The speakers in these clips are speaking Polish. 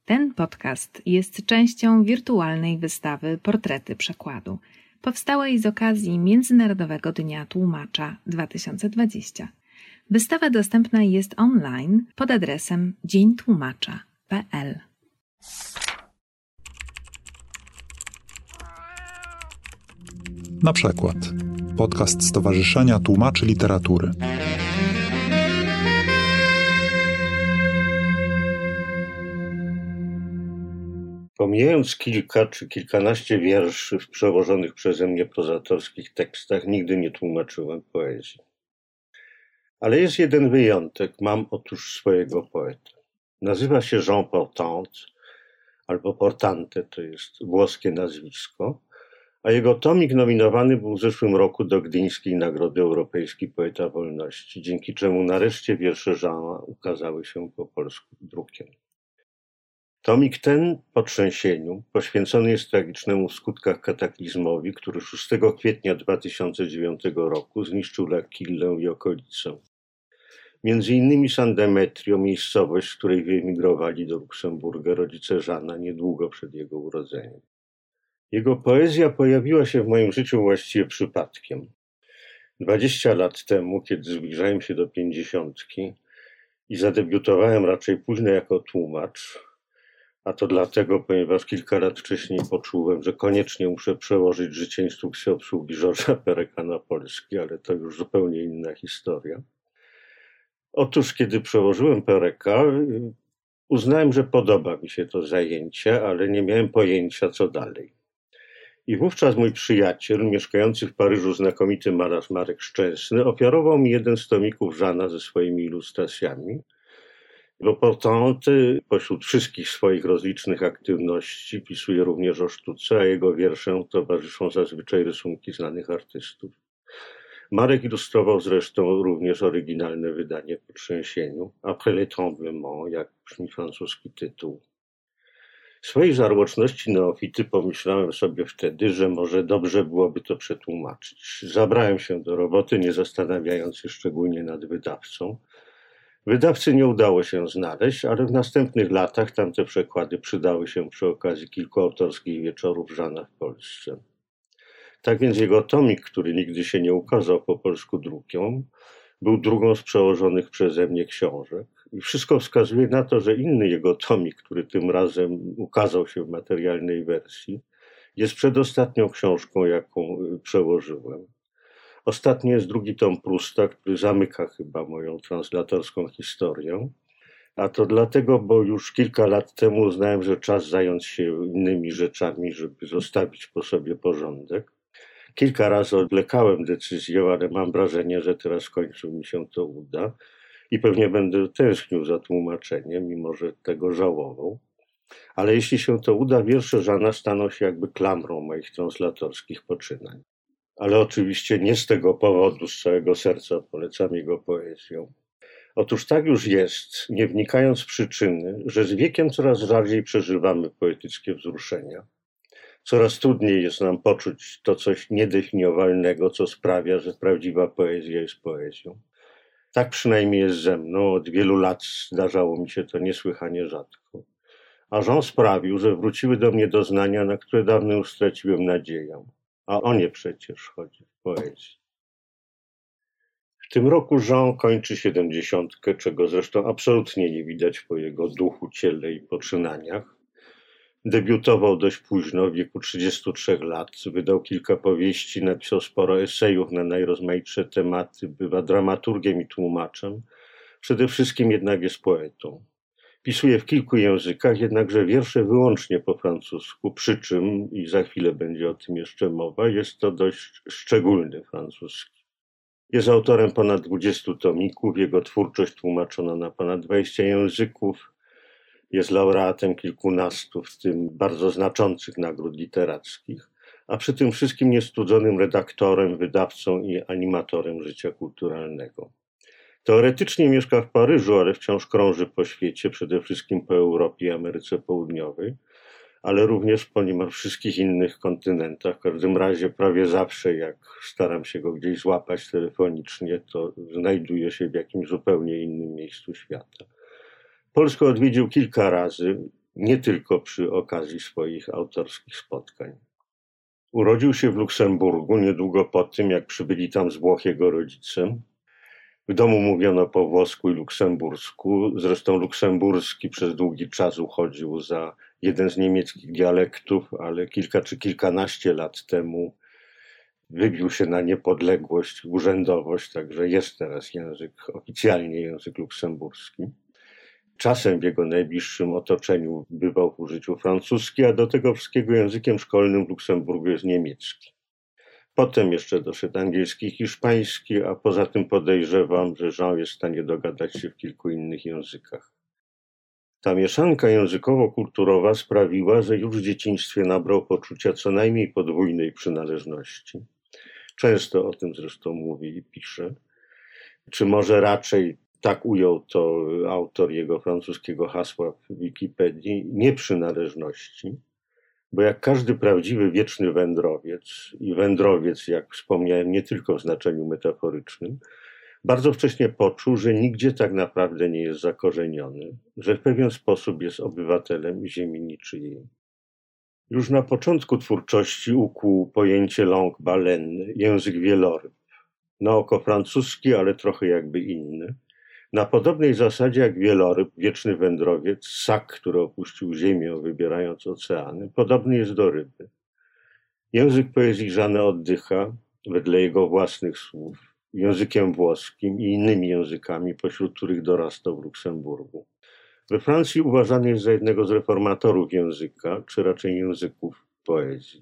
Ten podcast jest częścią wirtualnej wystawy Portrety Przekładu, powstałej z okazji Międzynarodowego Dnia Tłumacza 2020. Wystawa dostępna jest online pod adresem dzieńtłumacza.pl. Na przykład podcast Stowarzyszenia Tłumaczy Literatury. Pomijając kilka czy kilkanaście wierszy w przełożonych przeze mnie prozatorskich tekstach, nigdy nie tłumaczyłem poezji. Ale jest jeden wyjątek, mam otóż swojego poeta. Nazywa się Jean Portante, albo Portante, to jest włoskie nazwisko, a jego tomik nominowany był w zeszłym roku do Gdyńskiej Nagrody Europejskiej Poeta Wolności, dzięki czemu nareszcie wiersze Jeana ukazały się po polsku drukiem. Tomik ten po trzęsieniu poświęcony jest tragicznemu w skutkach kataklizmowi, który 6 kwietnia 2009 roku zniszczył L'Aquilę i okolicę. Między innymi San Demetrio, miejscowość, z której wyemigrowali do Luksemburga rodzice Jeana niedługo przed jego urodzeniem. Jego poezja pojawiła się w moim życiu właściwie przypadkiem. 20 lat temu, kiedy zbliżałem się do 50 i zadebiutowałem raczej późno jako tłumacz, a to dlatego, ponieważ kilka lat wcześniej poczułem, że koniecznie muszę przełożyć życie instrukcji obsługi Georgesa Pereka na polski, ale to już zupełnie inna historia. Otóż, kiedy przełożyłem Pereka, uznałem, że podoba mi się to zajęcie, ale nie miałem pojęcia, co dalej. I wówczas mój przyjaciel, mieszkający w Paryżu znakomity malarz Marek Szczęsny, ofiarował mi jeden z tomików Jeana ze swoimi ilustracjami, bo Portante pośród wszystkich swoich rozlicznych aktywności pisuje również o sztuce, a jego wierszom towarzyszą zazwyczaj rysunki znanych artystów. Marek ilustrował zresztą również oryginalne wydanie po trzęsieniu, Après les tremblements, jak brzmi francuski tytuł. W swojej żarłoczności neofity pomyślałem sobie wtedy, że może dobrze byłoby to przetłumaczyć. Zabrałem się do roboty, nie zastanawiając się szczególnie nad wydawcą. Wydawcy nie udało się znaleźć, ale w następnych latach tamte przekłady przydały się przy okazji kilku autorskich wieczorów Jeana w Polsce. Tak więc jego tomik, który nigdy się nie ukazał po polsku drukiem, był drugą z przełożonych przeze mnie książek. I wszystko wskazuje na to, że inny jego tomik, który tym razem ukazał się w materialnej wersji, jest przedostatnią książką, jaką przełożyłem. Ostatni jest drugi tom Prusta, który zamyka chyba moją translatorską historię. A to dlatego, bo już kilka lat temu uznałem, że czas zająć się innymi rzeczami, żeby zostawić po sobie porządek. Kilka razy odwlekałem decyzję, ale mam wrażenie, że teraz w końcu mi się to uda i pewnie będę tęsknił za tłumaczeniem, mimo że tego żałował. Ale jeśli się to uda, wiersze Jeana staną się jakby klamrą moich translatorskich poczynań. Ale oczywiście nie z tego powodu, z całego serca polecam jego poezję. Otóż tak już jest, nie wnikając w przyczyny, że z wiekiem coraz rzadziej przeżywamy poetyckie wzruszenia. Coraz trudniej jest nam poczuć to coś niedefiniowalnego, co sprawia, że prawdziwa poezja jest poezją. Tak przynajmniej jest ze mną, od wielu lat zdarzało mi się to niesłychanie rzadko. A Jean sprawił, że wróciły do mnie doznania, na które dawno już straciłem nadzieję. A o nie przecież chodzi w poezji. W tym roku Jean kończy 70, czego zresztą absolutnie nie widać po jego duchu, ciele i poczynaniach. Debiutował dość późno, w wieku 33 lat, wydał kilka powieści, napisał sporo esejów na najrozmaitsze tematy, bywa dramaturgiem i tłumaczem. Przede wszystkim jednak jest poetą. Pisuje w kilku językach, jednakże wiersze wyłącznie po francusku, przy czym, i za chwilę będzie o tym jeszcze mowa, jest to dość szczególny francuski. Jest autorem ponad 20 tomików, jego twórczość tłumaczona na ponad 20 języków, jest laureatem kilkunastu, w tym bardzo znaczących nagród literackich, a przy tym wszystkim niestrudzonym redaktorem, wydawcą i animatorem życia kulturalnego. Teoretycznie mieszka w Paryżu, ale wciąż krąży po świecie, przede wszystkim po Europie i Ameryce Południowej, ale również po niemal wszystkich innych kontynentach. W każdym razie prawie zawsze, jak staram się go gdzieś złapać telefonicznie, to znajduje się w jakimś zupełnie innym miejscu świata. Polskę odwiedził kilka razy, nie tylko przy okazji swoich autorskich spotkań. Urodził się w Luksemburgu niedługo po tym, jak przybyli tam z Włoch jego rodzice. W domu mówiono po włosku i luksembursku. Zresztą luksemburski przez długi czas uchodził za jeden z niemieckich dialektów, ale kilka czy kilkanaście lat temu wybił się na niepodległość, urzędowość, także jest teraz oficjalnie język luksemburski. Czasem w jego najbliższym otoczeniu bywał w użyciu francuski, a do tego wszystkiego językiem szkolnym w Luksemburgu jest niemiecki. Potem jeszcze doszedł angielski i hiszpański, a poza tym podejrzewam, że Jean jest w stanie dogadać się w kilku innych językach. Ta mieszanka językowo-kulturowa sprawiła, że już w dzieciństwie nabrał poczucia co najmniej podwójnej przynależności. Często o tym zresztą mówi i pisze. Czy może raczej, tak ujął to autor jego francuskiego hasła w Wikipedii, nieprzynależności, bo jak każdy prawdziwy wieczny wędrowiec, i wędrowiec, jak wspomniałem, nie tylko w znaczeniu metaforycznym, bardzo wcześnie poczuł, że nigdzie tak naprawdę nie jest zakorzeniony, że w pewien sposób jest obywatelem ziemi niczyjej. Już na początku twórczości ukuł pojęcie langue baleine, język wieloryb, na oko francuski, ale trochę jakby inny. Na podobnej zasadzie jak wieloryb, wieczny wędrowiec, ssak, który opuścił ziemię, wybierając oceany, podobny jest do ryby. Język poezji Jeana oddycha, wedle jego własnych słów, językiem włoskim i innymi językami, pośród których dorastał w Luksemburgu. We Francji uważany jest za jednego z reformatorów języka, czy raczej języków poezji.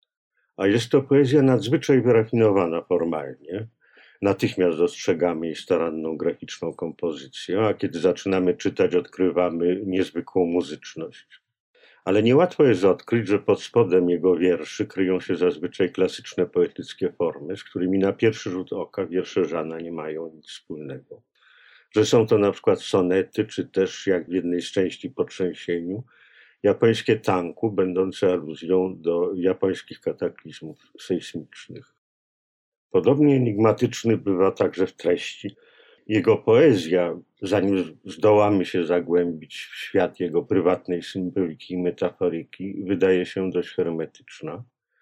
A jest to poezja nadzwyczaj wyrafinowana formalnie. Natychmiast dostrzegamy jej staranną graficzną kompozycję, a kiedy zaczynamy czytać, odkrywamy niezwykłą muzyczność. Ale niełatwo jest odkryć, że pod spodem jego wierszy kryją się zazwyczaj klasyczne poetyckie formy, z którymi na pierwszy rzut oka wiersze Jeana nie mają nic wspólnego. Że są to na przykład sonety, czy też, jak w jednej z części po trzęsieniu, japońskie tanku, będące aluzją do japońskich kataklizmów sejsmicznych. Podobnie enigmatyczny bywa także w treści. Jego poezja, zanim zdołamy się zagłębić w świat jego prywatnej symboliki i metaforyki, wydaje się dość hermetyczna.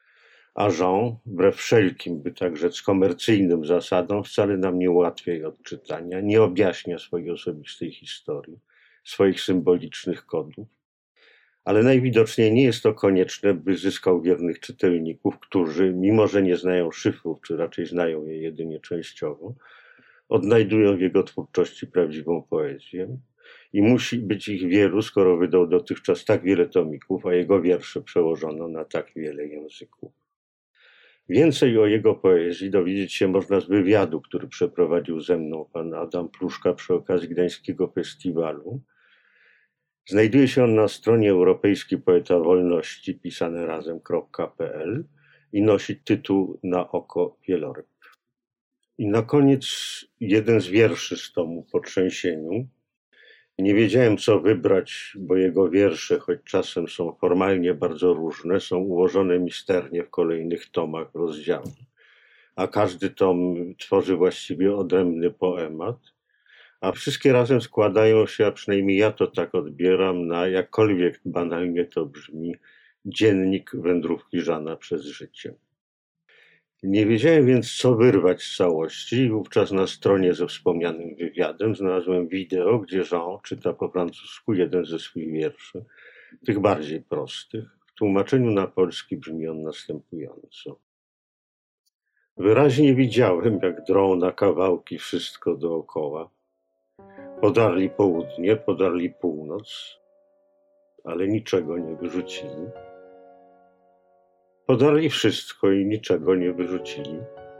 A Jean, wbrew wszelkim, by tak rzec, komercyjnym zasadom, wcale nam nie ułatwia jej odczytania, nie objaśnia swojej osobistej historii, swoich symbolicznych kodów. Ale najwidoczniej nie jest to konieczne, by zyskał wiernych czytelników, którzy, mimo że nie znają szyfrów, czy raczej znają je jedynie częściowo, odnajdują w jego twórczości prawdziwą poezję. I musi być ich wielu, skoro wydał dotychczas tak wiele tomików, a jego wiersze przełożono na tak wiele języków. Więcej o jego poezji dowiedzieć się można z wywiadu, który przeprowadził ze mną pan Adam Pluszka przy okazji Gdańskiego Festiwalu. Znajduje się on na stronie Europejski Poeta Wolności, pisane razem.pl i nosi tytuł Na oko wieloryb. I na koniec jeden z wierszy z tomu Po trzęsieniu. Nie wiedziałem, co wybrać, bo jego wiersze, choć czasem są formalnie bardzo różne, są ułożone misternie w kolejnych tomach rozdziałów. A każdy tom tworzy właściwie odrębny poemat, a wszystkie razem składają się, a przynajmniej ja to tak odbieram, na, jakkolwiek banalnie to brzmi, dziennik wędrówki Jeana przez życie. Nie wiedziałem więc, co wyrwać z całości i wówczas na stronie ze wspomnianym wywiadem znalazłem wideo, gdzie Jean czyta po francusku jeden ze swych wierszy, tych bardziej prostych. W tłumaczeniu na polski brzmi on następująco. Wyraźnie widziałem, jak drą na kawałki wszystko dookoła. Podarli południe, podarli północ, ale niczego nie wyrzucili. Podarli wszystko i niczego nie wyrzucili.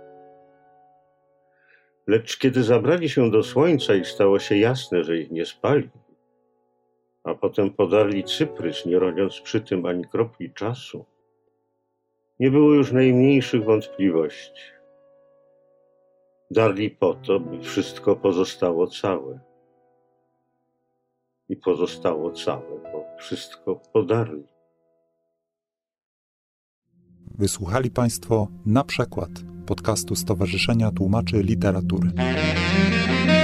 Lecz kiedy zabrali się do słońca i stało się jasne, że ich nie spali, a potem podarli cyprys, nie robiąc przy tym ani kropli czasu, nie było już najmniejszych wątpliwości. Darli po to, by wszystko pozostało całe. I pozostało całe, bo wszystko podarli. Wysłuchali Państwo Na przykład podcastu Stowarzyszenia Tłumaczy Literatury.